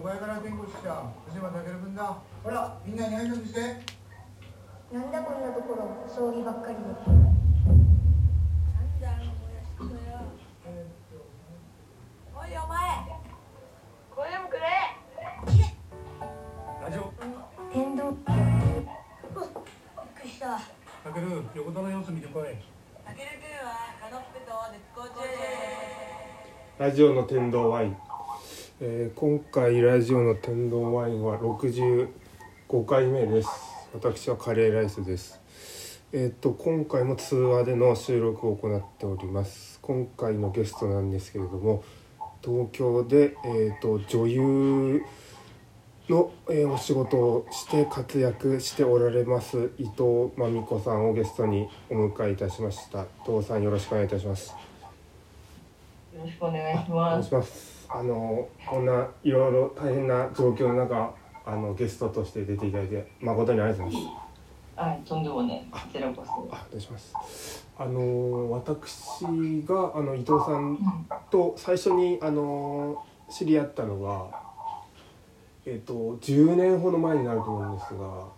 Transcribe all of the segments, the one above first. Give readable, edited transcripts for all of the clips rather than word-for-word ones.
こやから弁護士者藤間健君だ。ほらみんなに挨拶して。 なんだこんなところ葬儀ばっかりで。 なんだあのもやしとよ。おいお前これもくれ。 ラジオ天童。びっくりした。 健、横田の様子見てこい。 たけるくんはカノッペと絶好調です。 ラジオの天童ワイン、今回ラジオの天童ワインは65回目です。私はカレーライスです。今回も通話での収録を行っております。今回のゲストなんですけれども、東京で、女優の、お仕事をして活躍しておられます伊藤真美子さんをゲストにお迎えいたしました。伊藤さん、よろしくお願いいたします。 よろしくお願いしお願います。 します。こんないろいろ大変な状況の中、ゲストとして出ていただいて誠にありがとうございます。 はい、とんでもね、こちらこそ。 お願いします。私が伊藤さんと最初に知り合ったのが、10年ほど前になると思うんですが、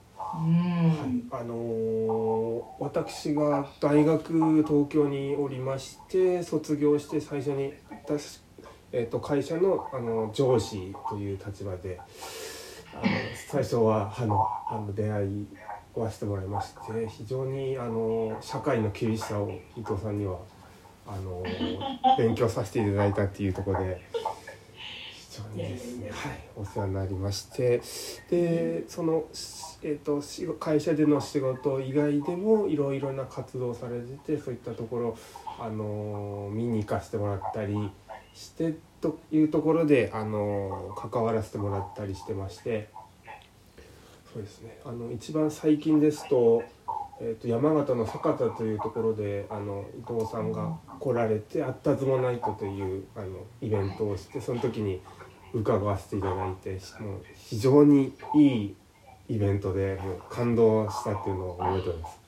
私が大学東京におりまして、卒業して最初に会社の上司という立場で最初は出会いはしてもらいまして、非常に社会の厳しさを伊藤さんには勉強させていただいたっていうところで非常にですね、お世話になりまして、でその、会社での仕事以外でもいろいろな活動をされてて、そういったところ見に行かせてもらったりしてというところで関わらせてもらったりしてまして、そうですね、一番最近ですと、山形の酒田というところで伊藤さんが来られて、あったずもナイトというイベントをして、その時に伺わせていただいて、もう非常にいいイベントでもう感動したっていうのを覚えております。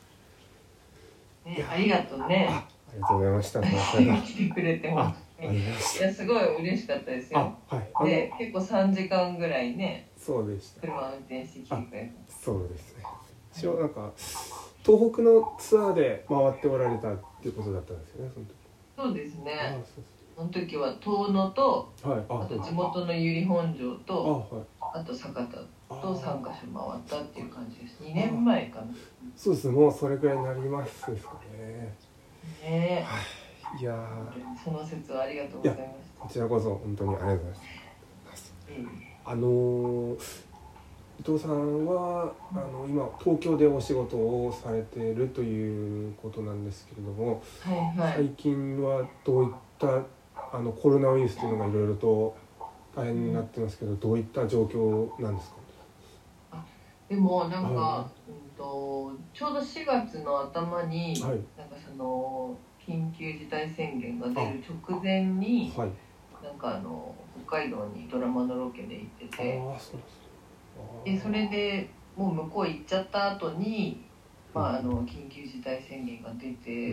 ありがとうね。 ありがとうございました。 来てくれても。いや、すごい嬉しかったですよ。で、結構3時間ぐらいね。 そうでした。 車運転してきてくれた。 そうですね。一応なんか東北のツアーで回っておられたっていうことだったんですよね、その時。 そうですね。 そうその時は遠野と、 はい、 あと地元の由利本荘と、 はい、 あと酒田と3カ所回ったっていう感じです。2年前かな。 そうです。もうそれくらいになりますですかね。 ねえ。いやその説はありがとうございました。 こちらこそ本当にありがとうございます。伊藤さんは今東京でお仕事をされているということなんですけれども、最近はどういったコロナウイルスというのがいろいろと大変になってますけど、どういった状況なんですか？ でもなんか、ちょうど4月の頭に、なんかその緊急事態宣言が出る直前に、なんか北海道にドラマのロケで行ってて、でそれでもう向こう行っちゃった後に、緊急事態宣言が出て、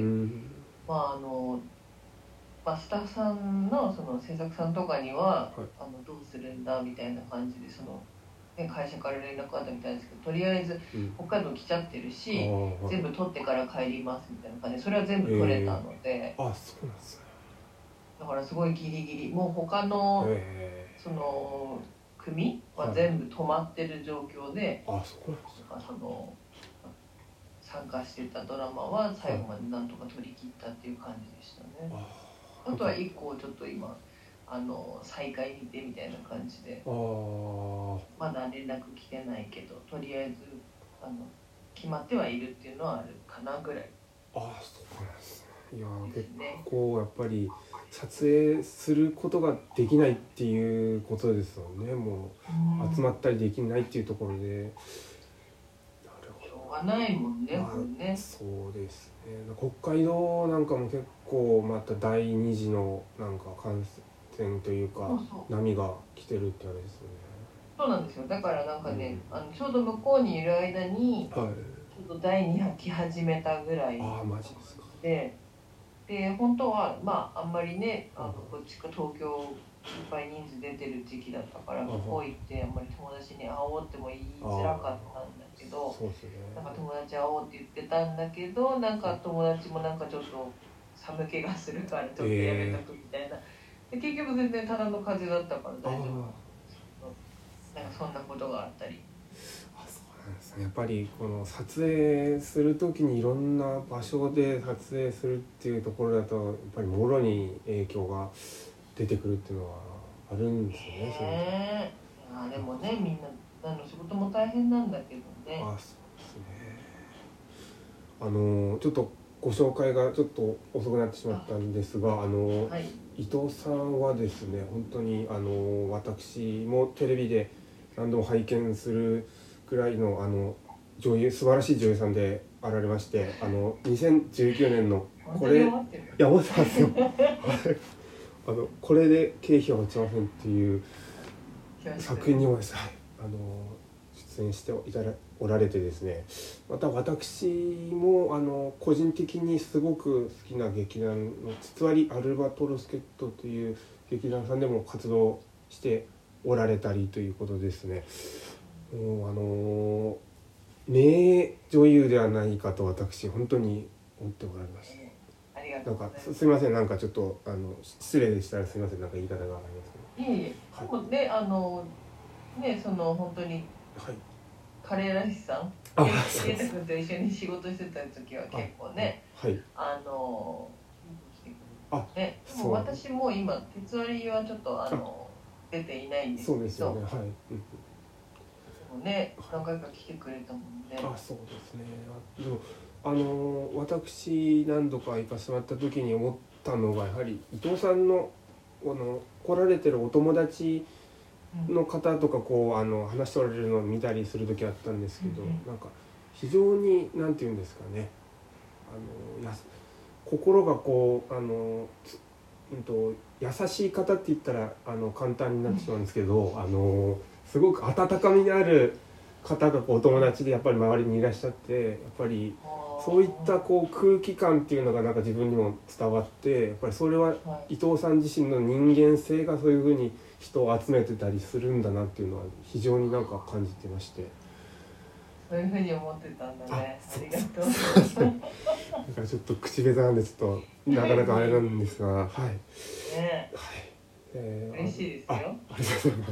スタッフさんのその制作さんとかには、どうするんだみたいな感じで会社から連絡あったみたいですけど、とりあえず北海道来ちゃってるし、全部取ってから帰りますみたいな感じで、それは全部取れたので、 そうなんですね。 だからすごいギリギリ、もう他のその組は全部止まってる状況で、参加してたドラマは最後までなんとか取り切ったっていう感じでしたね。あとは1個ちょっと今再開見てみたいな感じで、まだ連絡来てないけど、とりあえず決まってはいるっていうのはあるかなぐらい。 そうなんですね。いや結構やっぱり撮影することができないっていうことですよね。もう集まったりできないっていうところで、 しょうがないもんね、これね。 そうですね。北海道なんかも結構また第二次のなんか感染というか波が来てるってあれですよね。 そうなんですよ。だからなんかね、ちょうど向こうにいる間に、ちょっと第2波来始めたぐらいで、 で本当はまああんまりねこっちか東京いっぱい人数出てる時期だったからここ行ってあんまり友達に会おうっても言いづらかったんだけど、なんか友達会おうって言ってたんだけど、なんか友達もなんかちょっと寒気がするからちょっとやめとくみたいな、で結局全然ただの風邪だったから大丈夫。なんかそんなことがあったり。 そうなんですね。やっぱりこの撮影する時にいろんな場所で撮影するっていうところだとやっぱりもろに影響が出てくるっていうのはあるんですよね。 でもね、みんな何の仕事も大変なんだけどね。 そうですね。ちょっとご紹介がちょっと遅くなってしまったんですが、はい、伊藤さんはですね、本当に私もテレビで何度も拝見するくらいの女優、素晴らしい女優さんであられまして、2019年のこれ、いや思ってますよ。これで経費は落ちませんっていう作品にもですね、出演しておられてですね、また私も個人的にすごく好きな劇団の実割アルバトロスケットという劇団さんでも活動しておられたりということですね。もう名女優ではないかと私本当に思っておられます。なんかすみません、なんかちょっと失礼でしたらすみません、なんか言い方がありますけど。いえいえ。はい、でね、その本当に、はい、カレーらしさん、ケイタ君と一緒に仕事してた時は結構ね、はい、ね、でも私も今鉄割りはちょっと出ていないんですけど、そうですよね、はい。でもね、何回か来てくれたもんね。 そうですね。でも私何度か行かせてもらった時に思ったのがやはり伊藤さんの来られてるお友達の方とか話しておられるのを見たりする時あったんですけど、なんか非常になんていうんですかね、心が優しい方って言ったら簡単になってしまうんですけど、すごく温かみのある方がお友達でやっぱり周りにいらっしゃって、やっぱりそういった空気感っていうのがなんか自分にも伝わって、やっぱりそれは伊藤さん自身の人間性がそういうふうに人を集めてたりするんだなっていうのは非常になんか感じてまして。 そういうふうに思ってたんだね。ありがとう。 だからちょっと口下手なんでちょっとなかなかあれなんですが、はい。 ね、はい。嬉しいですよ。 ありがとうございます。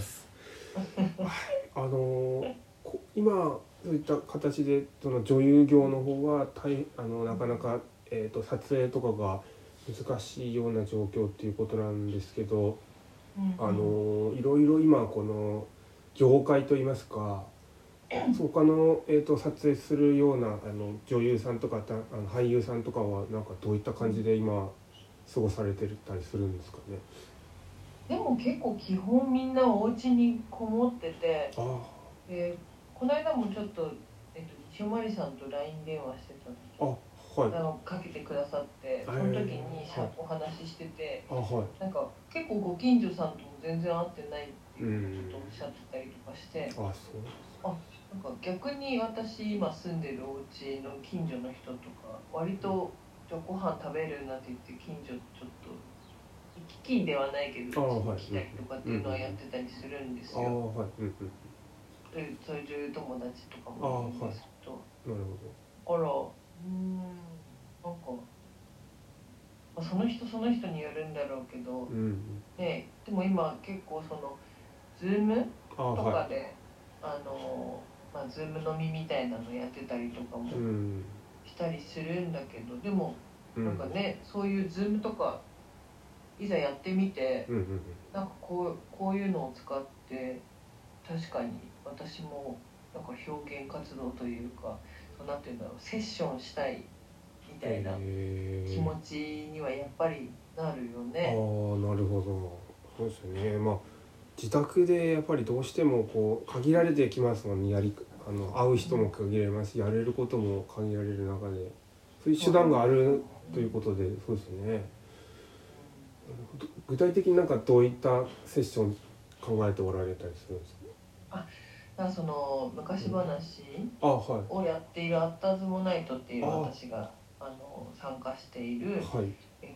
今そういった形でその女優業の方はなかなか、撮影とかが難しいような状況っていうことなんですけど、いろいろ今この業界といいますか、他の、撮影するような女優さんとか俳優さんとかはなんかどういった感じで今過ごされてたりするんですかね。 でも結構基本みんなお家にこもってて、この間もちょっと西尾まりさんと LINE 電話してたんです、はい、かけてくださって、その時にお話ししてて、なんか結構ご近所さんとも全然会ってないっていうことをおっしゃってたりとかして、なんか逆に私今住んでるお家の近所の人とか割とじゃあご飯食べるなんて言って近所ちょっと行き来ではないけど来たりとかっていうのはやってたりするんですよ。そういう女優友達とかもいるんですけど、なるほど。なんか、その人その人によるんだろうけど、ね、でも今結構そのZoomとかでZoom飲みみたいなのやってたりとかもしたりするんだけど、でもなんかね、そういうZoomとかいざやってみて、なんかこういうのを使って確かに私もなんか表現活動というか、なんていうんだろう、セッションしたいみたいな気持ちにはやっぱりなるよね。 なるほど。そうですよね。自宅でやっぱりどうしても限られてきますもんね。会う人も限られますし、やれることも限られる中で、そういう手段があるということで、そうですね。具体的になんかどういったセッション考えておられたりするんですか。 その昔話をやっているアッターズモナイトっていう私が参加している、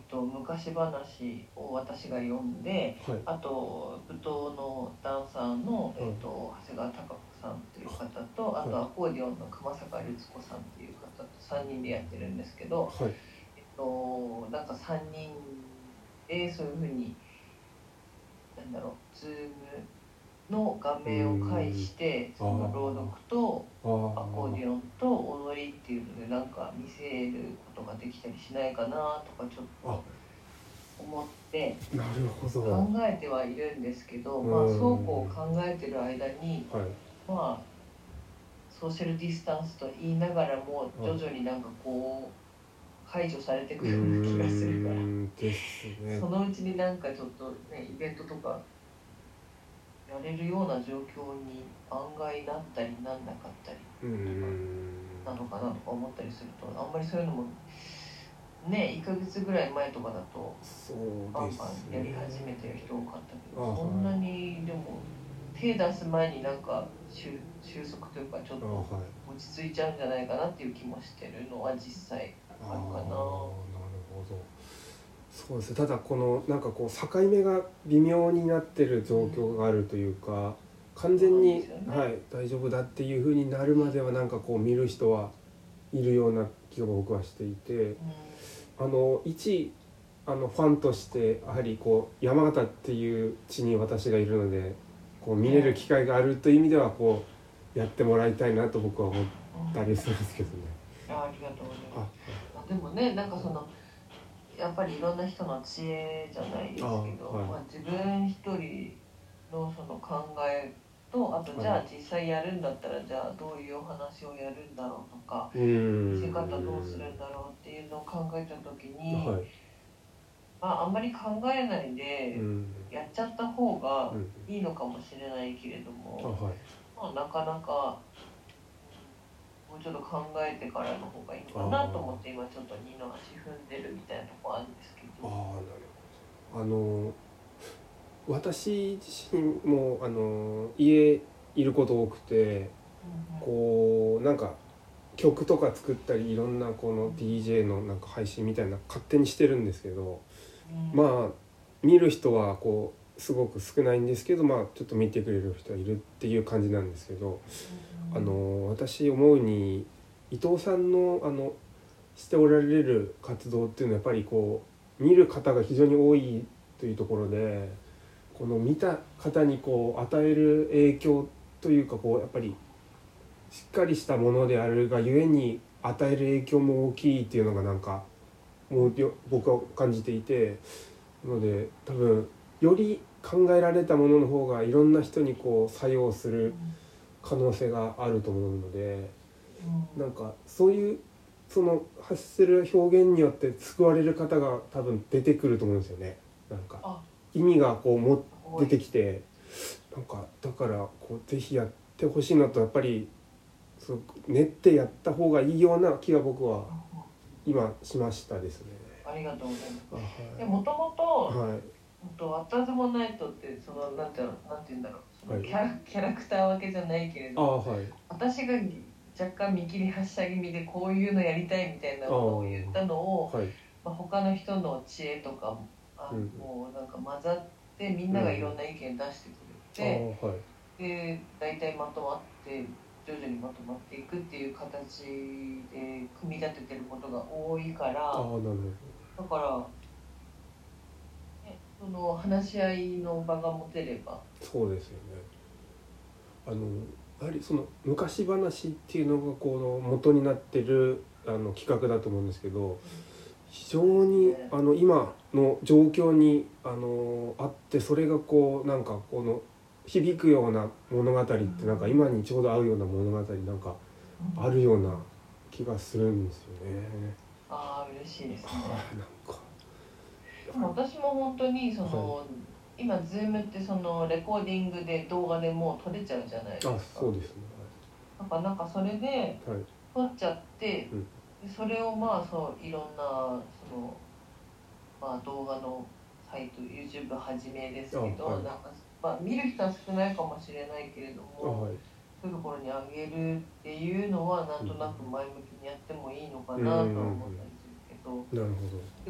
昔話を私が読んで、 はい、 あと舞踏のダンサーの、長谷川貴子さんっていう方と、あとアコーディオンの熊坂律子さんっていう方と3人でやってるんですけど、 はい、 なんか3人でそういうふうになんだろう、ズームの画面を介してその朗読とアコーディオンと踊りっていうのでなんか見せることができたりしないかなとかちょっと思ってなるほど考えてはいるんですけど、まあそうこう考えてる間に、 はい、 まあソーシャルディスタンスと言いながらも徐々になんかこう排除されていくような気がするからですね、 そのうちになんかちょっとねイベントとかやれるような状況に案外なったりなんなかったりなのかなとか思ったりするとあんまりそういうのもね1ヶ月ぐらい前とかだとバンバンやり始めてる人多かったけどそんなにでも手出す前になんか収束というかちょっと落ち着いちゃうんじゃないかなっていう気もしてるのは実際あるかな。 なるほど。そうですね。ただこのなんかこう境目が微妙になってる状況があるというか、完全に、ね、はい、大丈夫だっていう風になるまではなんかこう見る人はいるような気が僕はしていて、一ファンとしてやはりこう山形っていう地に私がいるのでこう見れる機会があるという意味ではこうやってもらいたいなと僕は思ったりするんですけどね。 ありがとうございます。でもねなんかそのやっぱりいろんな人の知恵じゃないですけど、はい、まあ、自分一人のその考えとあとじゃあ実際やるんだったらじゃあどういうお話をやるんだろうとか見せ方どうするんだろうっていうのを考えた時に、はい、まあ、あんまり考えないでやっちゃった方がいいのかもしれないけれども、はい、まあ、なかなかもうちょっと考えてからの方がいいのかなと思って今ちょっと二の足踏んでるみたいなとこあるんですけど。 なるほど。私自身も家いること多くて、こうなんか曲とか作ったりいろんなこの DJ のなんか配信みたいな勝手にしてるんですけど、まあ見る人はこうすごく少ないんですけど、まあちょっと見てくれる人はいるっていう感じなんですけど、私思うに伊藤さんのしておられる活動っていうのはやっぱりこう見る方が非常に多いというところで、この見た方にこう与える影響というかこうやっぱりしっかりしたものであるがゆえに与える影響も大きいっていうのがなんかもう僕は感じていて、ので多分より考えられたものの方がいろんな人にこう作用する可能性があると思うので、なんかそういうその発する表現によって救われる方が多分出てくると思うんですよね。なんか意味がこう出てきて、なんかだからこうぜひやってほしいなとやっぱり練ってやった方がいいような気が僕は今しましたですね。 ありがとうございます。もともとワッターズモナイトってそのなんていうんだろう、はい、キャラクター分けじゃないけれど、はい、私が若干見切り発車気味でこういうのやりたいみたいなことを言ったのを、はい、まあ、他の人の知恵とかもうなんか混ざってみんながいろんな意見出してくれて、はい、で大体まとまって徐々にまとまっていくっていう形で組み立ててることが多いから、だから、ね、その話し合いの場が持てれば。 そうですよね。やはりその昔話っていうのがこの元になってる企画だと思うんですけど、非常に今の状況にあってそれがこうなんかこの響くような物語ってなんか今にちょうど合うような物語なんかあるような気がするんですよね。 ああ、嬉しいですね。なんかでも私も本当にその、はい、今 Zoom ってそのレコーディングで動画でもう撮れちゃうじゃないですか。 あ、そうですね。 なんかそれで撮っちゃって、でそれをまあそういろんなそのまあ動画のサイト YouTube はじめですけど、なんかまあ見る人は少ないかもしれないけれども、そういうところにあげるっていうのはなんとなく前向きにやってもいいのかなとは思ったりするけど、 なるほど。 けど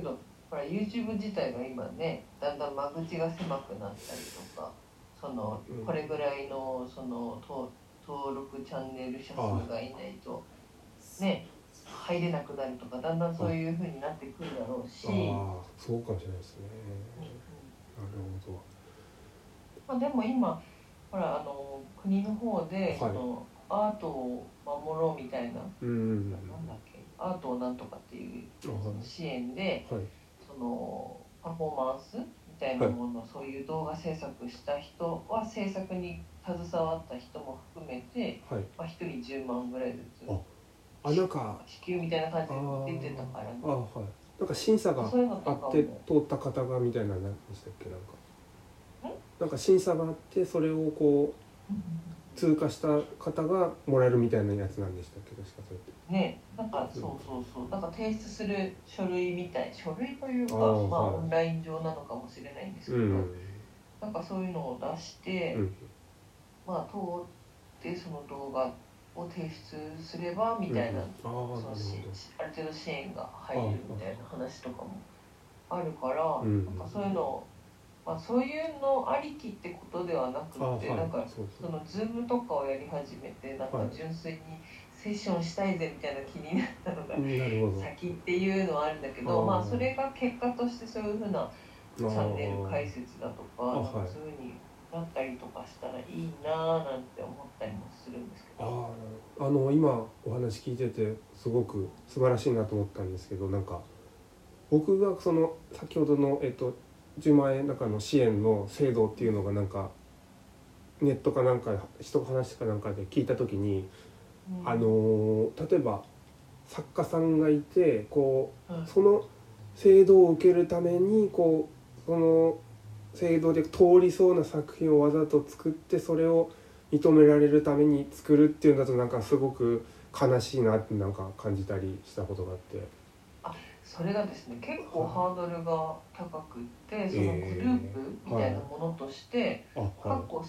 ほら YouTube 自体が今ねだんだん間口が狭くなったりとか、そのこれぐらいのその登録チャンネル者数がいないとね入れなくなるとか、だんだんそういう風になってくるだろうし、 そうかもしれないですね。なるほど。 まあでも今ほら国の方でそのアートを守ろうみたいな、なんだっけ、アートをなんとかっていう支援で、そのパフォーマンスみたいなもの、そういう動画制作した人は制作に携わった人も含めて、まあ、1人10万ぐらいずつなんか支給みたいな感じで出てたから、ね、 なんか審査があって通った方がみたいな何でしたっけ、なんか審査があってそれをこう通過した方がもらえるみたいなやつなんでしたっけ、確かそれってね、なんかそうなんか提出する書類みたい、書類というかまあオンライン上なのかもしれないんですけど、なんかそういうのを出して、まあ通ってその動画を提出すればみたいな、そのある程度支援が入るみたいな話とかもあるから、なんかそういうの、まあ、そういうのありきってことではなくて、なんかそのズームとかをやり始めて、なんか純粋にセッションしたいぜみたいな気になったのが先っていうのはあるんだけど、まあそれが結果としてそういうふうなチャンネル解説だとか、なんかそういうふうになったりとかしたらいいなぁなんて思ったりもするんですけど。 今お話聞いててすごく素晴らしいなと思ったんですけど、なんか僕がその先ほどの10万円中の支援の制度っていうのがなんかネットかなんか人が話かなんかで聞いた時に、例えば作家さんがいてこう、その制度を受けるためにこうその制度で通りそうな作品をわざと作ってそれを認められるために作るっていうんだとなんかすごく悲しいなってなんか感じたりしたことがあって。 それがですね、結構ハードルが高くって、そのグループみたいなものとして、過去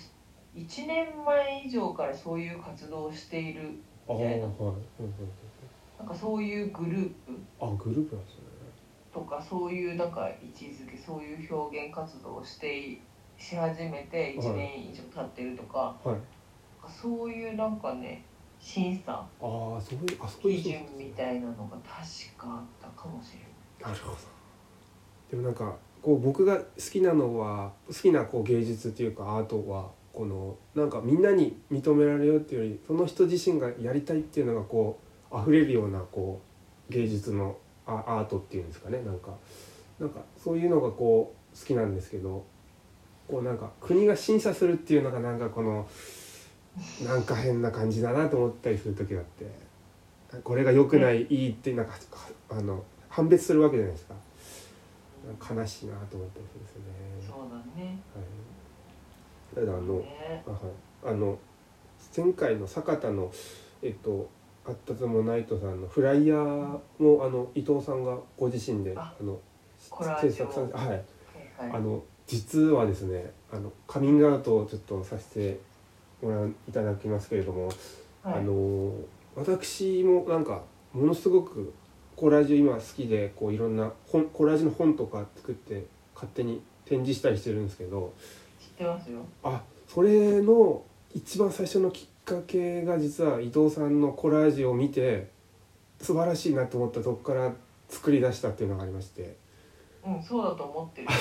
1年前以上からそういう活動をしているみたいな、なんかそういうグループなんですねとか、そういうなんか位置づけ、そういう表現活動をし始めて1年以上経ってるとか、そういうなんかね審査基準みたいなのが確かあったかもしれない。 なるほど。でもなんかこう僕が好きなのは好きなこう芸術っていうかアートはこのなんかみんなに認められようっていうよりその人自身がやりたいっていうのがこう溢れるようなこう芸術のアートっていうんですかね、なんかそういうのがこう好きなんですけど、こうなんか国が審査するっていうのがなんかこのなんか変な感じだなと思ったりする時があって、これが良くない、いいってなんか判別するわけじゃないですか。悲しいなと思ったりするんですよね。 そうだね。 ただ前回の酒田のあったつもナイトさんのフライヤーも伊藤さんがご自身で制作されて、実はですねカミングアウトをちょっとさせていただきますけれども、私もなんかものすごくコラージュ今好きでこういろんなコラージュの本とか作って勝手に展示したりしてるんですけど、 知ってますよ。 それの一番最初のきっかけが実は伊藤さんのコラージュを見て素晴らしいなと思ったとこから作り出したっていうのがありまして。 そうだと思ってる。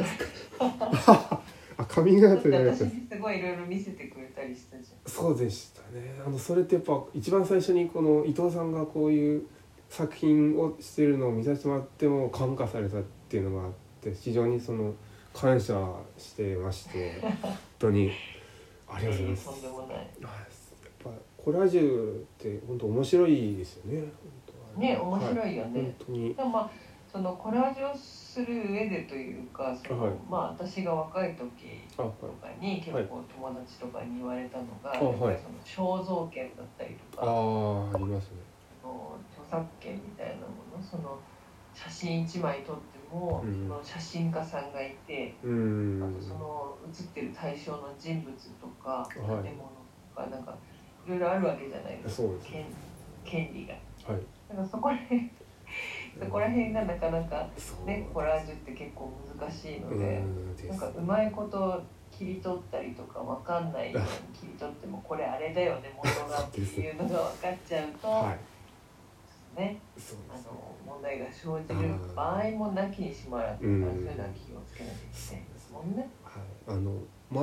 カミングアウトじゃないですか。 私にすごいいろいろ見せてくれたりしたじゃん。 そうでしたね。それってやっぱ一番最初にこの伊藤さんがこういう作品をしているのを見させてもらっても感化されたっていうのがあって非常に感謝してまして本当にありがとうございます。 とんでもない。 やっぱコラージュって本当面白いですよね。 ね、面白いよね。 本当に。 でもそのコラージュをする上でというか、私が若い時とかに結構友達とかに言われたのが、やっぱりその肖像権だったりとか、 ありますね。 著作権みたいなもの、その写真1枚撮っても、その写真家さんがいて、あとその写ってる対象の人物とか建物とかなんかいろいろあるわけじゃないですか。権利が。だからそこでそこら辺がなかなかねコラージュって結構難しいので、なんかうまいこと切り取ったりとかわかんないように切り取ってもこれあれだよね元がっていうのが分かっちゃうと、はい、ね、問題が生じる場合もなきにしもあらずから、そういうのは気をつけなきゃいけないですもんね。 はい、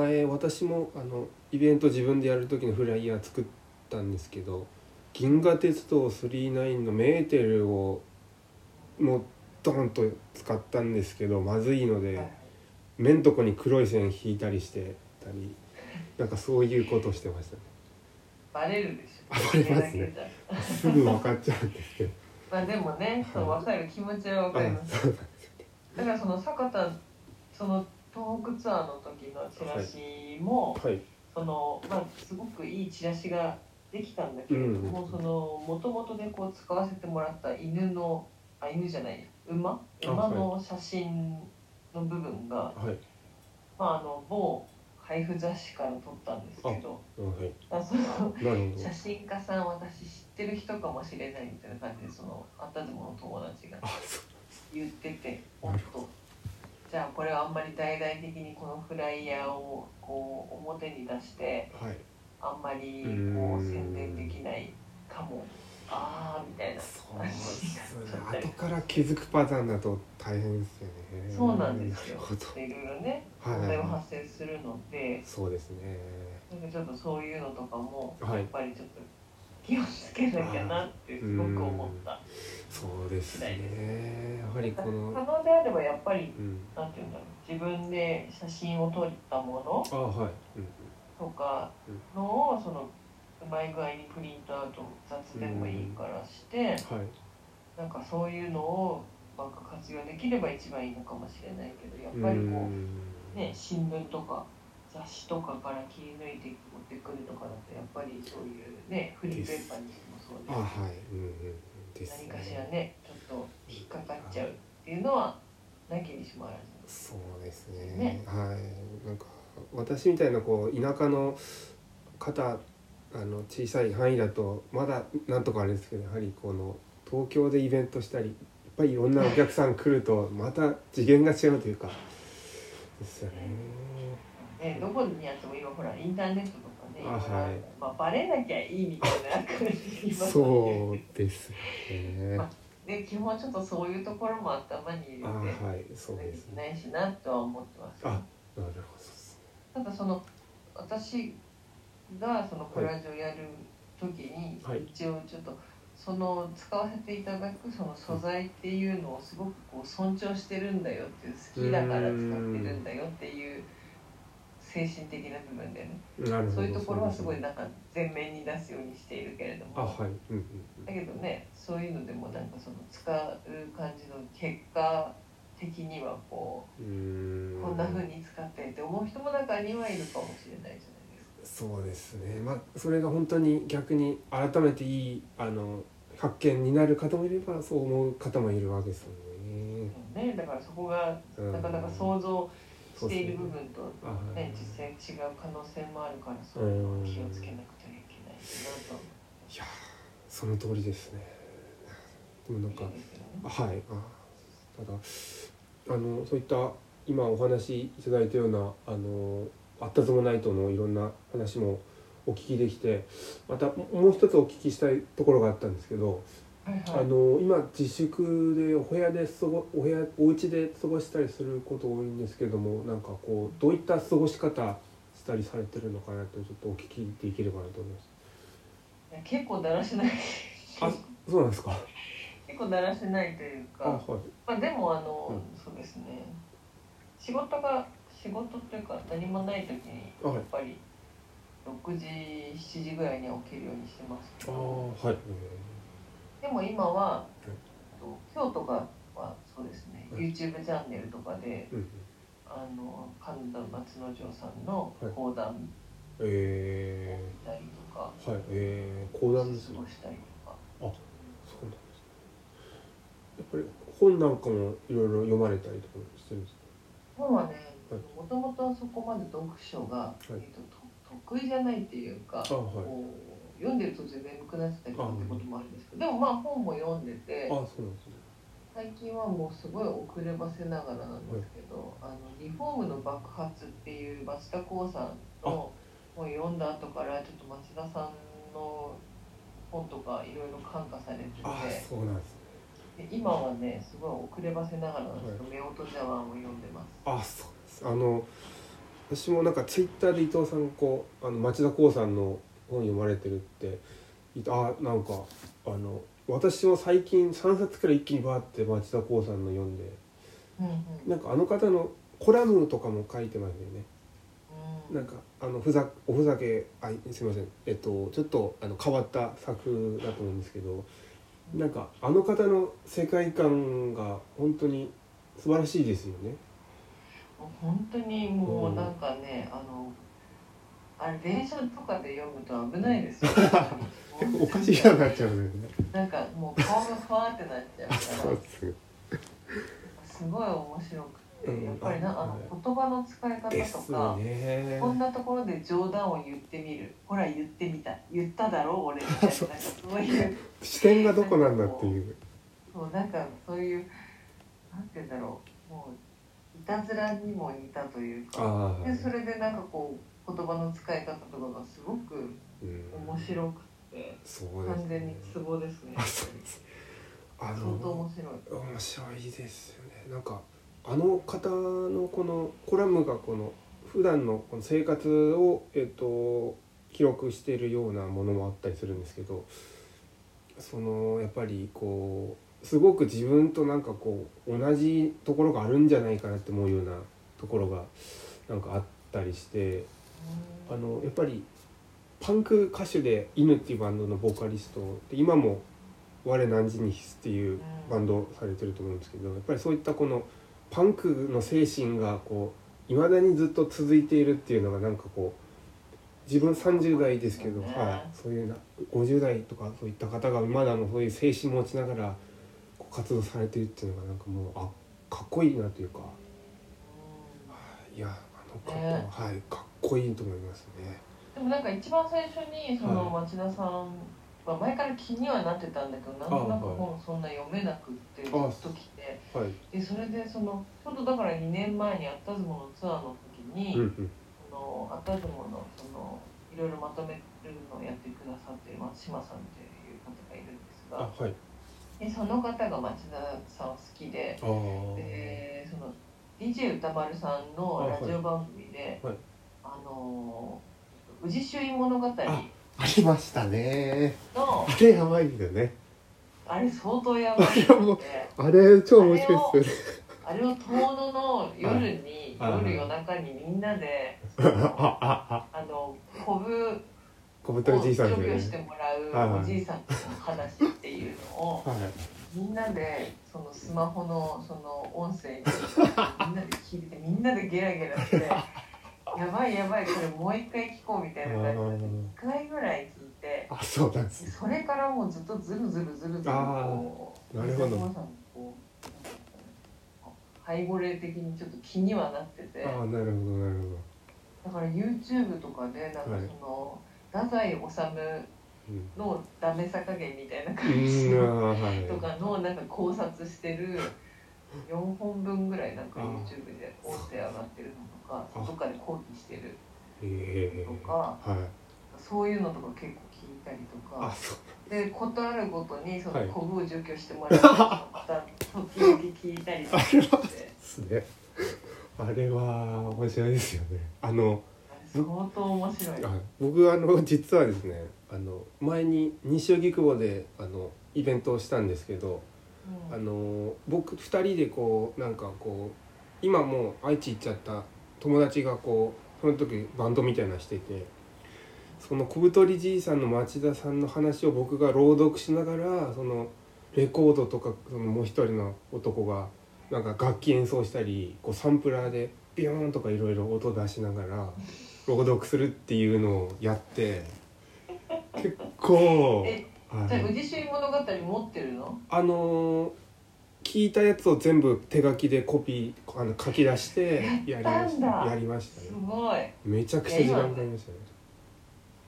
前私もイベント自分でやる時のフライヤー作ったんですけど、銀河鉄道999のメーテルをもうドーンと使ったんですけどまずいので、はい、目んとこに黒い線引いたりしてたり、なんかそういうことをしてましたね。 バレるでしょ。 バレますね。すぐ分かっちゃうんですけど。 まあでもね、そう分かる気持ちは分かります。だからその坂田その東北ツアーの時のチラシも、はい、すごくいいチラシができたんだけれども、もともとでこう使わせてもらった犬じゃない馬の写真の部分が、はい、某配布雑誌から撮ったんですけど、はい、その写真家さん私知ってる人かもしれないみたいな感じであったじもの友達が言ってて、おっとじゃあこれはあんまり大々的にこのフライヤーをこう表に出して、はい、あんまりこう宣伝できないかもみたいな感じが後から気づくパターンだと大変ですよね。 そうなんですよ。いろいろね問題も発生するので、 そうですね。 なんかちょっとそういうのとかもやっぱりちょっと気をつけなきゃなってすごく思った。 そうですね。やはりこの可能であればやっぱり、なんていうんだろう、自分で写真を撮ったものとかのをうまい具合にプリントアウト雑でもいいからして、はい、なんかそういうのを活用できれば一番いいのかもしれないけど、やっぱりこうね新聞とか雑誌とかから切り抜いて持ってくるとかだとやっぱりそういうねフリーペーパーにしてもそうです、何かしらねちょっと引っかかっちゃうっていうのはなきにしもあらず。 そうですね。はい、なんか私みたいなこう田舎の方小さい範囲だとまだなんとかあれですけど、やはりこの東京でイベントしたりやっぱりいろんなお客さん来るとまた次元が違うというかですよね。 どこにやっても今ほらインターネットとかね、バレなきゃいいみたいな感じにそうですね。 で基本ちょっとそういうところも頭に入れてそうですね。 ないしなとは思ってます。 なるほど。 ただ私がコラージュをやる時に、一応ちょっと使わせていただく素材っていうのをすごくこう尊重してるんだよっていう、好きだから使ってるんだよっていう精神的な部分でね、そういうところはすごいなんか前面に出すようにしているけれども、だけどねそういうのでもなんか使う感じの結果的にはこんな風に使ってって思う人も中にはいるかもしれないじゃないですか。 そうですね。それが本当に逆に改めていい発見になる方もいればそう思う方もいるわけですよね。だからそこがなかなか想像している部分と、ね、実際違う可能性もあるから、そういうのを気をつけなくてはいけないなと。 いやその通りですね。でもなんかただそういった今お話しいただいたようなあったずもナイトのいろんな話もお聞きできて、またもう一つお聞きしたいところがあったんですけど、今自粛でお家で過ごしたりすること多いんですけども、なんかこうどういった過ごし方したりされてるのかなとちょっとお聞きできればなと思います。 結構だらしないそうなんですか。 結構だらしないというか、でもそうですね、仕事というか何もない時にやっぱり6時7時ぐらいには起きるようにしてますけど、でも今は今日とかはそうですね、YouTube チャンネルとかで神田松之丞さんの講談を見たりとか、 講談ですね。 過ごしたりとか。 そうなんですね。やっぱり本なんかもいろいろ読まれたりとかしてるんですか。 本はね、もともとそこまで読書が、得意じゃないっていうか、こう読んでる途中で眠くなってたりってこともあるんですけど、でも本も読んでて、 そうなんですね。 最近はもうすごい遅ればせながらなんですけど、リフォームの爆発っていう町田光さんの本読んだ後からちょっと町田さんの本とかいろいろ感化されてて、 そうなんですね。で今はねすごい遅ればせながらなんですけど、夫婦茶碗を読んでます。 そうです。私もなんかツイッターで伊藤さん町田光さんの本読まれてるってなんか私も最近3冊くらい一気にバーって町田光さんの読んで、なんかあの方のコラムとかも書いてますよね。なんかおふざけすいませんちょっと変わった作だと思うんですけど、なんかあの方の世界観が本当に素晴らしいですよね。 本当にもうなんかね、あれ電車とかで読むと危ないですよ。 おかしいようになっちゃうんですね。 なんかもう顔がふわってなっちゃうからそうです。 すごい面白くて、やっぱり言葉の使い方とか、こんなところで冗談を言ってみる、ほら言ってみた、言っただろう俺みたいな、そういう視点がどこなんだっていう。 なんかそういうなんて言うんだろう、もういたずらにも似たというか、でそれでなんかこう言葉の使い方とかがすごく面白くて、完全にツボですね。相当面白いですよね。なんかあの方のこのコラムがこの普段のこの生活を記録しているようなものもあったりするんですけど、やっぱりこうすごく自分となんかこう同じところがあるんじゃないかなって思うようなところがなんかあったりして、やっぱりパンク歌手で犬っていうバンドのボーカリストで、今も我何時に必っていうバンドをされてると思うんですけど、やっぱりそういったこのパンクの精神がこう未だにずっと続いているっていうのがなんかこう、自分30代ですけど、そういう50代とかそういった方がまだもそういう精神持ちながらこう活動されているっていうのがなんかもうかっこいいなというか、いや方はかっこいいと思いますね。 でもなんか一番最初にその町田さんは前から気にはなってたんだけど、なんとなく本そんな読めなくってずっと来て、でそれでちょうどだから2年前にあったずものツアーの時に、あったずものいろいろまとめるのをやってくださっている松島さんっていう方がいるんですが、でその方が町田さん好きで、DJ 歌丸さんのラジオ番組で、宇治朱印物語ありましたね。あれやばいんだよね。 あれ相当やばい。 あれ超面白いですよね。 あれを遠野の夜に、夜中にみんなで小太りじいさんで除去してもらうおじいさんの話っていうのを、みんなでそのスマホのその音声にみんなで聞いてみんなでゲラゲラして。やばいこれもう一回聞こうみたいな感じで1回ぐらい聞いて、 そうなんです。 それからもうずっとずるずるこう、 なるほど。 皆さんこう背後霊的にちょっと気にはなってて、 なるほどなるほど。だから YouTube とかでなんか太宰治のダメさ加減みたいな感じとかのなんか考察してる4本分ぐらいなんか YouTube で音声上がってるのとか、どっかで講義してるとか、そういうのとか結構聞いたりとかで、ことあるごとにそのコブを除去してもらうのをまた時々聞いたりとかしてあれは面白いですよね。 相当面白い。 僕実はですね、前に西荻窪でイベントをしたんですけど、僕2人でこうなんかこう今もう愛知行っちゃった友達がこうその時バンドみたいなしてて、その小太りじいさんの町田さんの話を僕が朗読しながら、そのレコードとかそのもう一人の男がなんか楽器演奏したり、こうサンプラーでビヨーンとかいろいろ音出しながら朗読するっていうのをやって結構。 じゃあ宇治朱印物語持ってるの？ 聞いたやつを全部手書きでコピー書き出してやりましたね。 すごい。 めちゃくちゃ時間かかりましたね。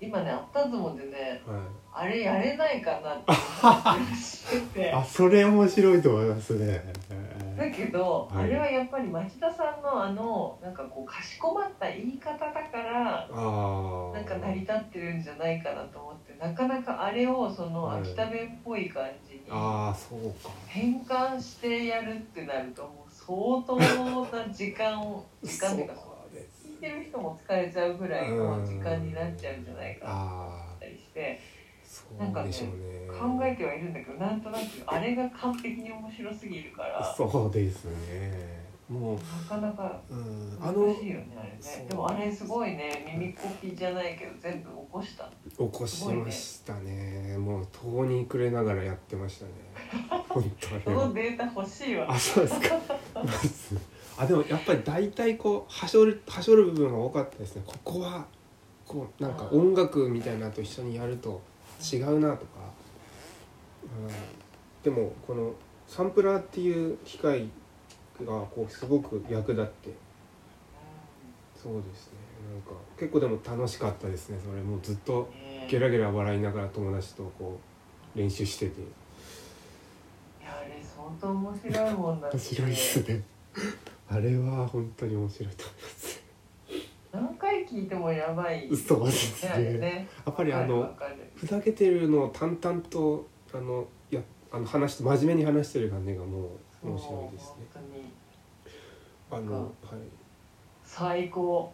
今ねあったずもでね、 はい、 あれやれないかなって話しててあ、それ面白いと思いますね。 だけど、 はい、 あれはやっぱり町田さんのなんかこうかしこまった言い方だからなんか成り立ってるんじゃないかなと思って、なかなかあれをその秋田弁っぽい感じに変換してやるってなるともう相当な時間っていうか聞いてる人も疲れちゃうぐらいの時間になっちゃうんじゃないかなと思ったりして、なんかね考えてはいるんだけど、なんとなくあれが完璧に面白すぎるから。 そうですね。もうなかなか難しいよね、あれね。でもあれすごいね、耳コピじゃないけど全部起こしましたね。もう途に暮れながらやってましたね。本当に。 そのデータ欲しいわ。 あ、そうですか。あ、でもやっぱり大体こうはしょる部分が多かったですね。ここはこうなんか音楽みたいなのと一緒にやると違うなとか、でもこのサンプラーっていう機械がこうすごく役立って、そうですね、なんか結構でも楽しかったですね。それもうずっとゲラゲラ笑いながら友達とこう練習してて、いや、あれ相当面白いもんだって。 面白いですね。あれは本当に面白いと思います。 何回聞いてもやばい、 そうですね。やっぱりふざけてるのを淡々と話して真面目に話してる感じがもう面白いですね。はい。 最高。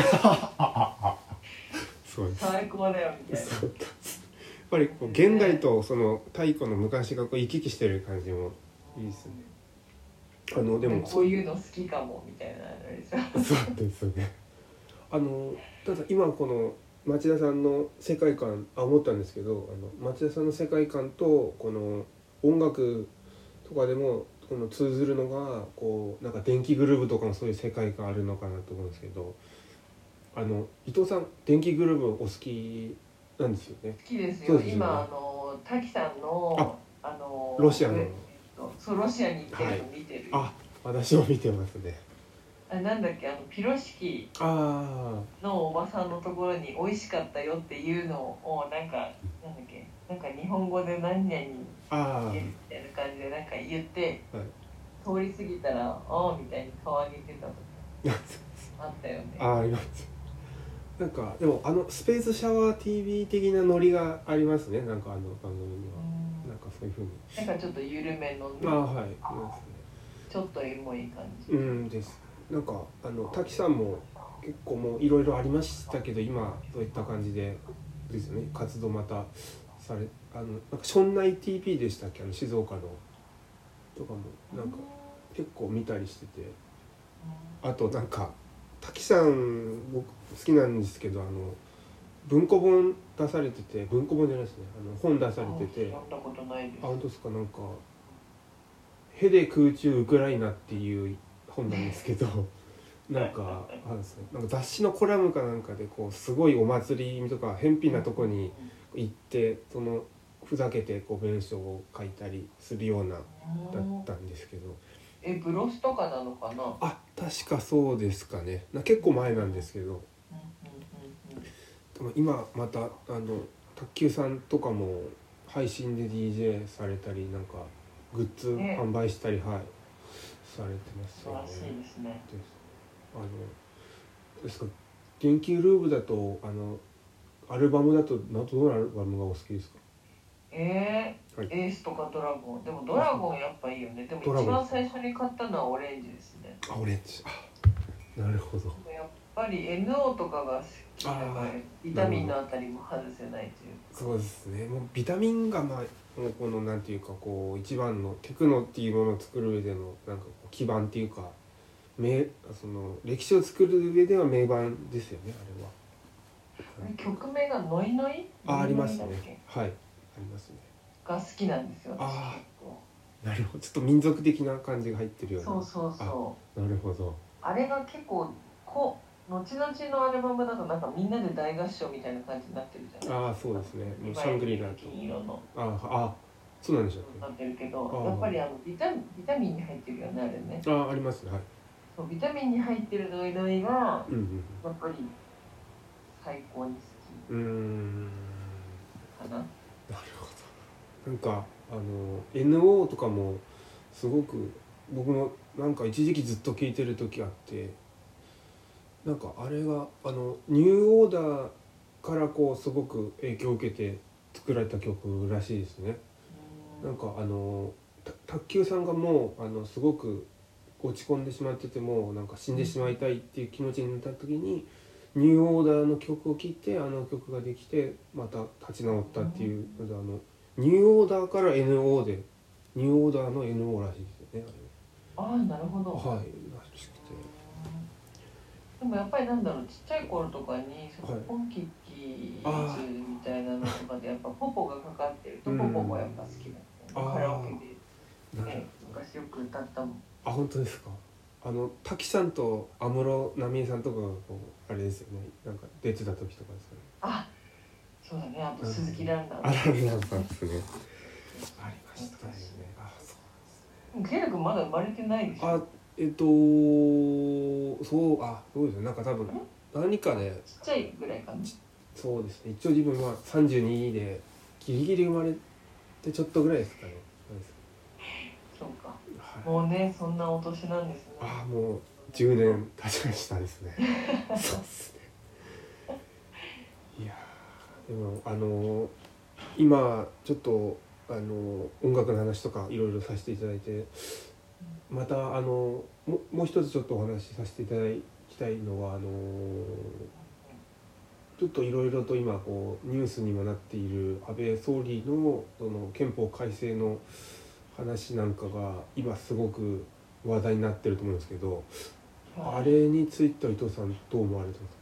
そうです。 最高だよみたいな。 やっぱりこう現代とその太古の昔がこう行き来してる感じもいいですね。でもこういうの好きかもみたいなあれでしょ。 そうですね。ただ今この町田さんの世界観思ったんですけど、町田さんの世界観とこの音楽とかでもこの通ずるのがこうなんか電気グルーヴとかもそういう世界観あるのかなと思うんですけど、伊藤さん電気グルーヴお好きなんですよね。 好きですよ。今滝さんのロシアのそうロシアに行ってるの見てる。 あ、私も見てますね。 なんだっけ、ピロシキのおばさんのところに美味しかったよっていうのをなんだっけ、なんか日本語で何々みたいな感じでなんか言って、通り過ぎたらああみたいに顔上げてたとかあったよね。 あります。なんかでもスペースシャワー TV 的なノリがありますね。なんか番組にはなんかそういう風になんかちょっと緩めのはい、いますね。 ちょっとエモい感じです。なんか滝さんも結構もういろいろありましたけど、今そういった感じでですよね、活動またされなんか庄内 TP でしたっけ、静岡のとかもなんか結構見たりしてて、あとなんか滝さん僕好きなんですけど文庫本出されてて、文庫本じゃないですね、本出されてて、 読んだことないです。 本当ですか。なんかヘデ空中ウクライナっていう本なんですけどなんか雑誌のコラムかなんかでこうすごいお祭りとか偏僻なとこに行ってそのふざけてこう文章を書いたりするようなだったんですけど、 ブロスとかなのかな。 あ、確かそうですかね。結構前なんですけど、でも今また卓球さんとかも配信で DJ されたりなんかグッズ販売したり、はいされてますよね。 素晴らしいですね。 ですか、電気ルーブだとアルバムだとどのアルバムがお好きですか？ エースとかドラゴン。でもドラゴンやっぱいいよね。でも一番最初に買ったのはオレンジですね。 あ、オレンジ。なるほど。 やっぱり NO とかが好きだからビタミンのあたりも外せないという。 そうですね。もうビタミンがもうこのなんていうかこう一番のテクノっていうものを作る上でのなんか基盤っていうかその歴史を作る上では名盤ですよね、あれは。 曲名がノイノイ？ ありますね。はい、ありますね。 が好きなんですよ。 なるほど。ちょっと民族的な感じが入ってるような。 そう。 なるほど。あれが結構後々のアルバムだとなんかみんなで大合唱みたいな感じになってるじゃないですか。 そうですね。もうシャングリラと。 金色の。 そうなんでしょうね。 なってるけど、やっぱりビタミンに入ってるよね、あれね。 ありますね。はい。 そうビタミンに入ってるノイノイが、やっぱり最高に好き。 かな。 なるほど。なんかNO とかもすごく僕もなんか一時期ずっと聴いてる時あって、なんかあれがニューオーダーからこうすごく影響を受けて作られた曲らしいですね。なんか卓球さんがもうすごく落ち込んでしまっててもなんか死んでしまいたいっていう気持ちになった時にニューオーダーの曲を聴いて曲ができてまた立ち直ったっていうのでニューオーダーから NO でニューオーダーの NO らしいですよね。 ああ、なるほど。 はい、らしくて。 でもやっぱりなんだろう、ちっちゃい頃とかにそのポンキッキーズみたいなのとかでやっぱポポがかかってるとポポもやっぱ好きだった、カラオケで、ね、昔よく歌ったもん。 あ、本当ですか。滝さんと安室奈美恵さんとかがこうあれですよね、なんか出てた時とかですかね。 あ、そうだね。あと鈴木蘭々。 ランランさんですね。ありましたよね。あ、そうケイラ君まだ生まれてないでしょ。 そうですね。なんか多分何かでちっちゃいぐらいかな。 そうですね。一応自分は32でギリギリ生まれてちょっとぐらいですかね。 そうか。 はい、 もうね、そんなお年なんですね。 あ、もう10年経ちましたですね。そうですね。いやでも今ちょっと音楽の話とかいろいろさせていただいて、またもう一つちょっとお話しさせていただきたいのはちょっといろいろと今こうニュースにもなっている安倍総理のその憲法改正の話なんかが今すごく話題になってると思うんですけど、あれについては伊藤さんどう思われてますか？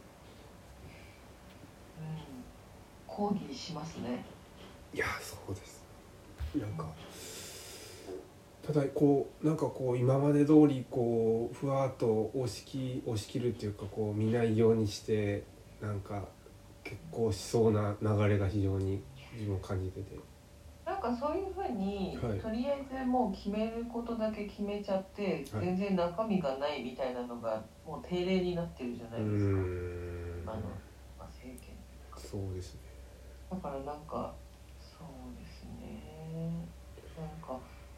抗議しますね。 いや、そうです。なんかただこうなんかこう今まで通りこうふわっと押し切るっていうかこう見ないようにしてなんか結構しそうな流れが非常に自分を感じてて、 なんかそういうふうに、 はい、 とりあえずもう決めることだけ決めちゃって、はい、全然中身がないみたいなのがもう定例になってるじゃないですか。政権。 そうですね。 だからなんかそうですね。なんか、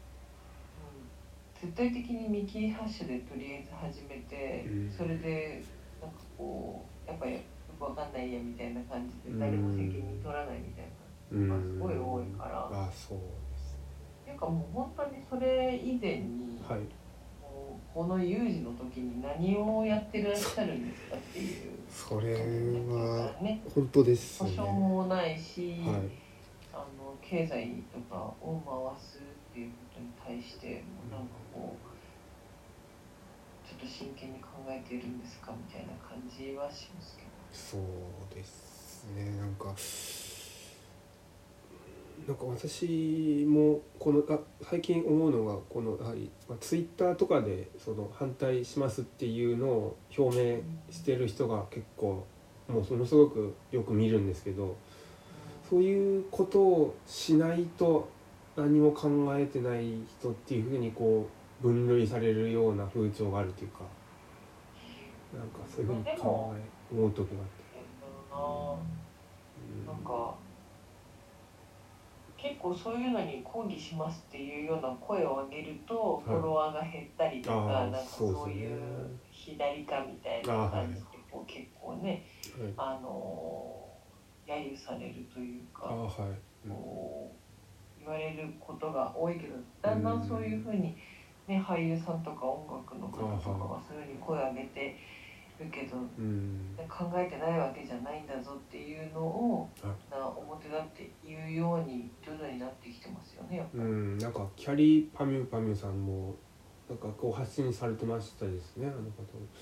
絶対的に見切り発車でとりあえず始めて、それでなんかこうやっぱりよくわかんないやみたいな感じで誰も責任取らないみたいなのがすごい多いから。 あ、そうですね。 っていうかもう本当にそれ以前に、 はい、 もうこの有事の時に何をやってらっしゃるんですかっていう。 それは本当ですね。 保証もないし、 はい、 経済とかを回すっていうことに対してもなんかこうちょっと真剣に考えているんですかみたいな感じはしますけど。 そうですね。なんか私も最近思うのがやはり、ツイッターとかでその反対しますっていうのを表明してる人が結構もうものすごくよく見るんですけど、そういうことをしないと何も考えてない人っていうふうにこう分類されるような風潮があるというか、なんかそういうふうに思う時があって、 なんか結構そういうのに抗議しますっていうような声を上げるとフォロワーが減ったりとか、なんかそういう左かみたいな感じでこう結構ね、揶揄されるというか、こう言われることが多いけど、だんだんそういうふうに、ね、俳優さんとか音楽の方とかがそういうふうに声を上げてるけど、考えてないわけじゃないんだぞっていうのを、表立って言うように徐々になってきてますよね、やっぱり。 なんかキャリーパミュさんもなんかこう発信されてましたですね、あの方。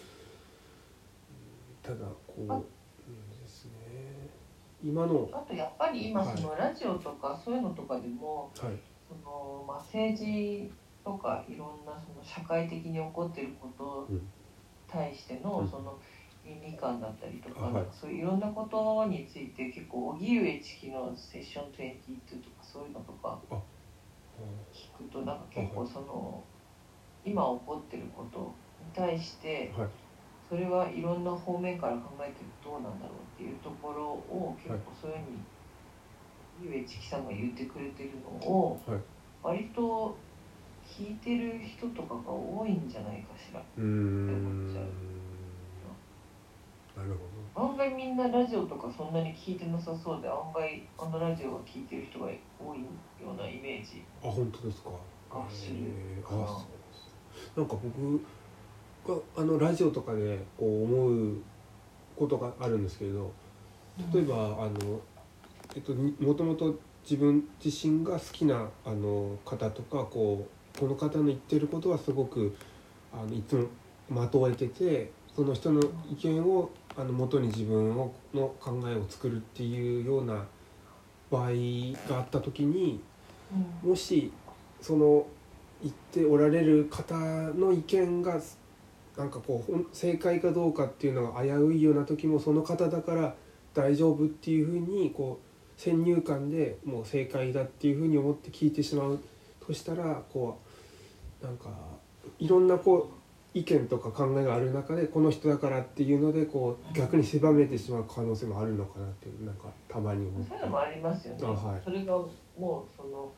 ただこうですね。今のあとやっぱり今そのラジオとかそういうのとかでも、その政治とかいろんなその社会的に起こっていることに対してのその倫理観だったりとか、そういういろんなことについて結構荻上チキのセッション22とかそういうのとか聞くと、なんか結構その今起こってることに対してそそれはいろんな方面から考えてどうなんだろうっていうところを結構そういうふうにゆえちきさんが言ってくれてるのを割と聞いてる人とかが多いんじゃないかしらって思っちゃう。 なるほど。 案外みんなラジオとかそんなに聞いてなさそうで、案外あのラジオを聞いてる人が多いようなイメージ。 あ、本当ですか。 がするかあ、そうなんか僕がラジオとかでこう思うことがあるんですけれど、例えばもともと自分自身が好きな方とかこの方の言ってることはすごくいつも的を得てて、その人の意見を元に自分の考えを作るっていうような場合があった時に、もしその言っておられる方の意見がなんかこう正解かどうかっていうのが危ういような時も、その方だから大丈夫っていうふうにこう先入観でもう正解だっていうふうに思って聞いてしまうとしたら、こうなんかいろんなこう意見とか考えがある中でこの人だからっていうのでこう逆に狭めてしまう可能性もあるのかなっていうなんかたまに思って。 そういうのもありますよね。 はい、 それがもうその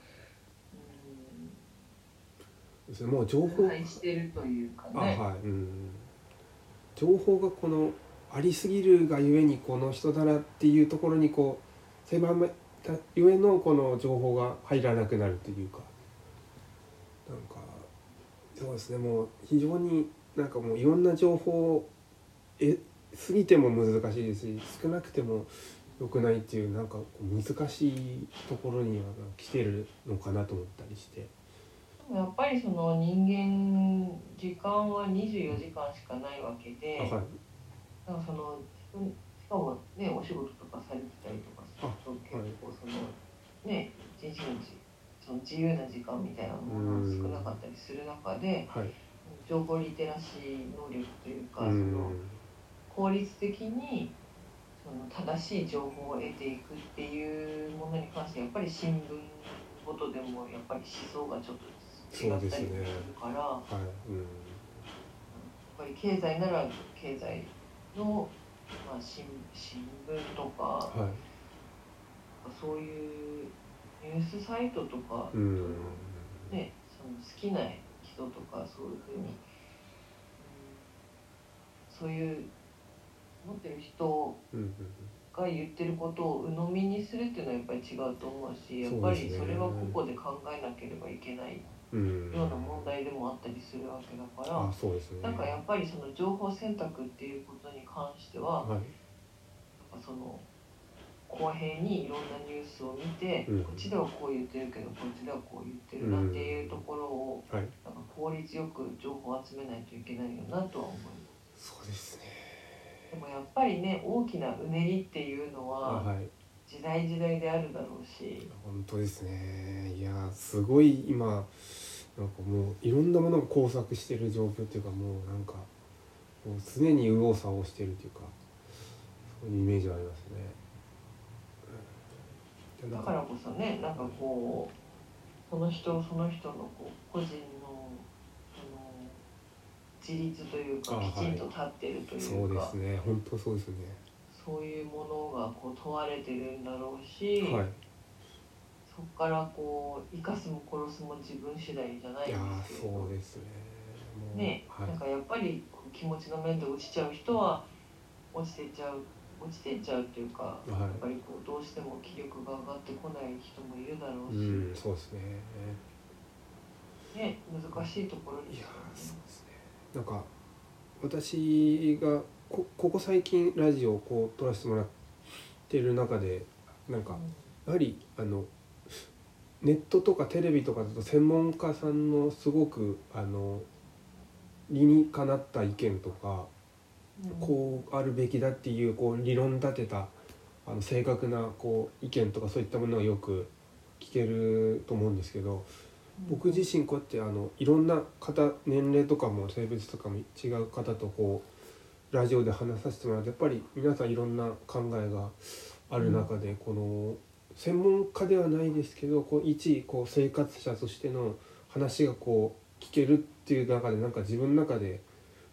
もう情報してるというかね。 はい、情報がこのありすぎるがゆえにこの人だなっていうところにこう狭めたゆえのこの情報が入らなくなるというか、なんかそうですね、もう非常になんかもういろんな情報を得すぎても難しいですし、少なくても良くないっていうなんか難しいところには来てるのかなと思ったりして。 やっぱりその人間時間は24時間しかないわけで、 はい、 なんかそのしかもねお仕事とかされてたりとかすると結構そのね一日のその自由な時間みたいなものが少なかったりする中で、情報リテラシー能力というか、その効率的にその正しい情報を得ていくっていうものに関してやっぱり新聞ごとでもやっぱり思想がちょっと違ったりするから、やっぱり経済なら経済の、新聞とか、そういうニュースサイトとか、ね、その好きな人とかそういうふうに、そういう持ってる人が言ってることを鵜呑みにするっていうのはやっぱり違うと思うし、やっぱりそれは個々で考えなければいけないような問題でもあったりするわけだから、なんかやっぱりその情報選択っていうことに関しては、なんかその公平にいろんなニュースを見て、こっちではこう言ってるけどこっちではこう言ってるなっていうところを、なんか効率よく情報を集めないといけないよなとは思います。 そうですね。 でもやっぱりね、大きなうねりっていうのは時代時代であるだろうし、 本当ですね。いやすごい今なんかもういろんなものが交錯している状況っていうか、もうなんかもう常に右往左往しているというか、そういうイメージはありますね。 だからこそね、なんかこうその人のこう個人の自立というか、きちんと立ってるというか、 そうですね、本当そうですね。 そういうものがこう問われてるんだろうし、そこからこう生かすも殺すも自分次第じゃないんですけど、 そうですね。 ね、なんかやっぱり気持ちの面で落ちちゃう人は落ちていっちゃうというか、やっぱりこうどうしても気力が上がってこない人もいるだろうし、 そうですね。 ね、難しいところですよね。 そうですね。なんか私がここ最近ラジオをこう撮らせてもらっている中で、なんかやはりネットとかテレビとかだと専門家さんのすごく理にかなった意見とか、こうあるべきだっていうこう理論立てた正確なこう意見とかそういったものがよく聞けると思うんですけど、僕自身こうやっていろんな方、年齢とかも性別とかも違う方とこうラジオで話させてもらうと、やっぱり皆さんいろんな考えがある中で、この専門家ではないですけどこう一こう生活者としての話がこう聞けるっていう中で、なんか自分の中で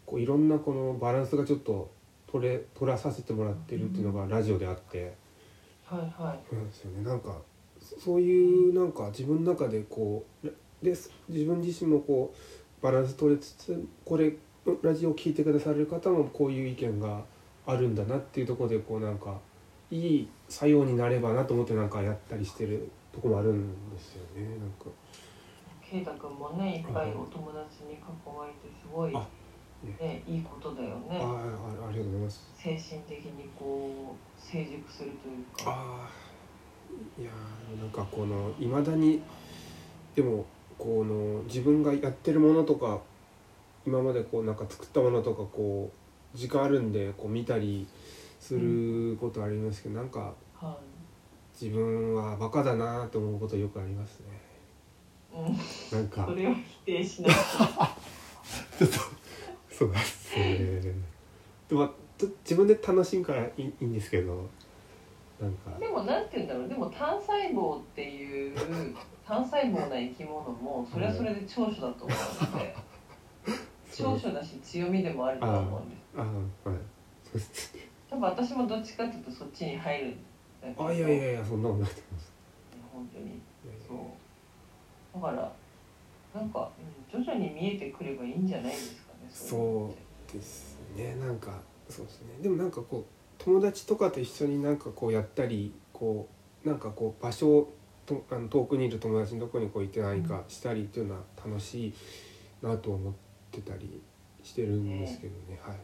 こういろんなこのバランスがちょっと取らさせてもらってるっていうのがラジオであって、 はいはい。 そうなんですよね。なんかそういうなんか自分の中でこうで自分自身もこうバランス取れつつ、これラジオを聞いてくださる方もこういう意見があるんだなっていうところでこうなんかいい作用になればなと思ってなんかやったりしてるところもあるんですよね。なんか圭太君もね、いっぱいお友達に囲まれてすごいね、いいことだよね。 ありがとうございます。 精神的にこう成熟するというか。 いやなんかこのいまだにでもこの自分がやってるものとか今までこうなんか作ったものとかこう時間あるんでこう見たりすることありますけど、なんか自分はバカだなと思うことよくありますね。なんかそれを否定しないちょっとそうですね。でも自分で楽しむからいいんですけど、なんかでもなんて言うんだろう、でも単細胞っていう単細胞な生き物もそれはそれで長所だと思うので、長所だし強みでもあると思うんです。 はい、そうですね。 多分私もどっちかというとそっちに入るんだけど。 いやそんなことないと思います。 本当にそうだからなんか、徐々に見えてくればいいんじゃないですかね。 そうですね。なんかそうですね。でもなんかこう友達とかと一緒になんかこうやったりこうなんかこう場所と遠くにいる友達のとこにこう行って何かしたりっていうのは楽しいなと思ってたりしてるんですけどね。はい。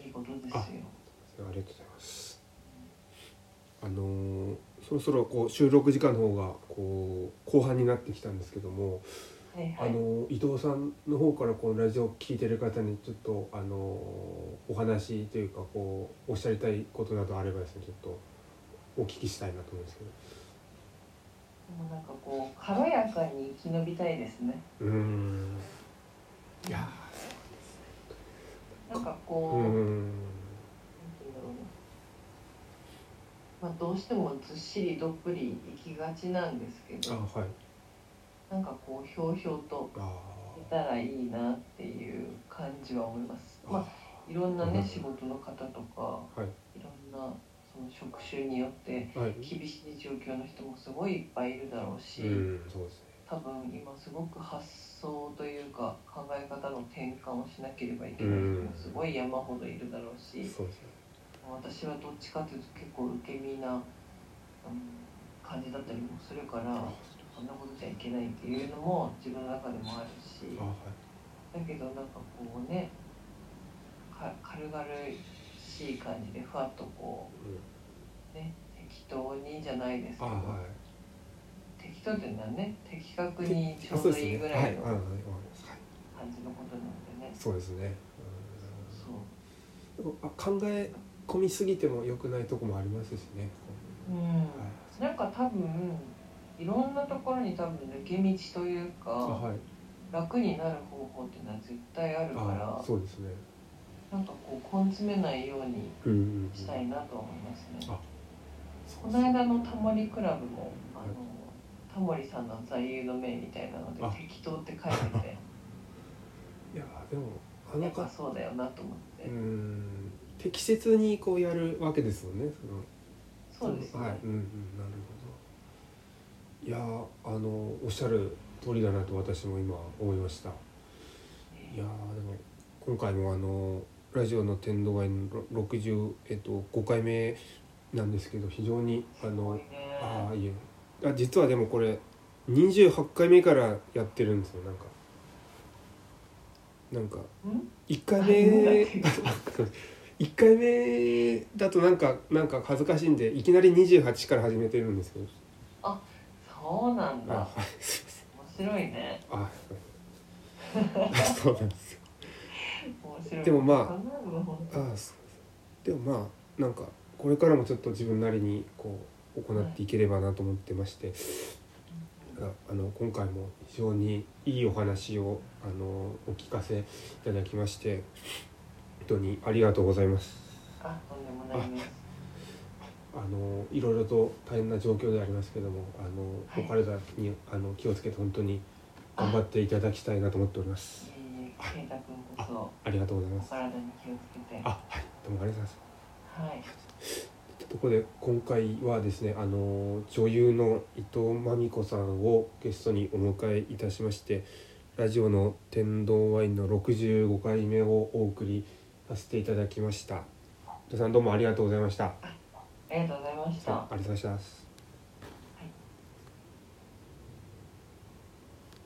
いいことですよ。 ありがとうございます。そろそろこう収録時間の方がこう後半になってきたんですけども、伊藤さんの方からこのラジオを聞いてる方にちょっとお話というかこうおっしゃりたいことなどあればですね、ちょっとお聞きしたいなと思うんですけど。 でもなんかこう軽やかに生き延びたいですね。 いやなんかこう、なんていうんだろうな、どうしてもずっしりどっぷり生きがちなんですけど、なんかこうひょうひょうといたらいいなっていう感じは思います。いろんなね仕事の方とか、いろんなその職種によって厳しい状況の人もすごいいっぱいいるだろうし、多分今すごく発想というか考え方の転換をしなければいけない人もすごい山ほどいるだろうし、私はどっちかというと結構受け身な感じだったりもするから、そんなことじゃいけないっていうのも自分の中でもあるし、だけどなんかこうね、軽々しい感じでふわっとこうね、適当にじゃないですけど、適当っていうのはね、的確にちょうどいいぐらいの感じのことなんでね。 そうですね。考え込みすぎても良くないとこもありますしね。 なんか多分いろんなところに多分抜け道というか、楽になる方法っていうのは絶対あるから、 そうですね。 なんかこう根詰めないようにしたいなと思いますね。この間のタモリクラブもタモリさんの座右の銘みたいなので適当って書いてて、 いやでもやっぱそうだよなと思って。 適切にこうやるわけですよね。 そうですね。 なるほど。いやおっしゃる通りだなと私も今思いました。いやでも今回もラジオの天童会の65回目なんですけど、非常に実はでもこれ28回目からやってるんですよ。なんか1回目1回目だとなんか恥ずかしいんでいきなり28から始めてるんですけど。 そうなんだ。面白いね。 そうなんですよ。でもでもなんかこれからもちょっと自分なりにこう行っていければなと思ってまして、今回も非常にいいお話をお聞かせいただきまして本当にありがとうございます。 とんでもないです。 いろいろと大変な状況でありますけどもお体に気をつけて本当に頑張っていただきたいなと思っております。 圭太君こそありがとうございます。 お体に気をつけて。 はい、どうもありがとうございます。 はい。 ところで今回はですね、女優の伊藤真美子さんをゲストにお迎えいたしまして、ラジオの天童ワインの65回目をお送りさせていただきました。伊藤さんどうもありがとうございました。 ありがとうございました。 ありがとうございました。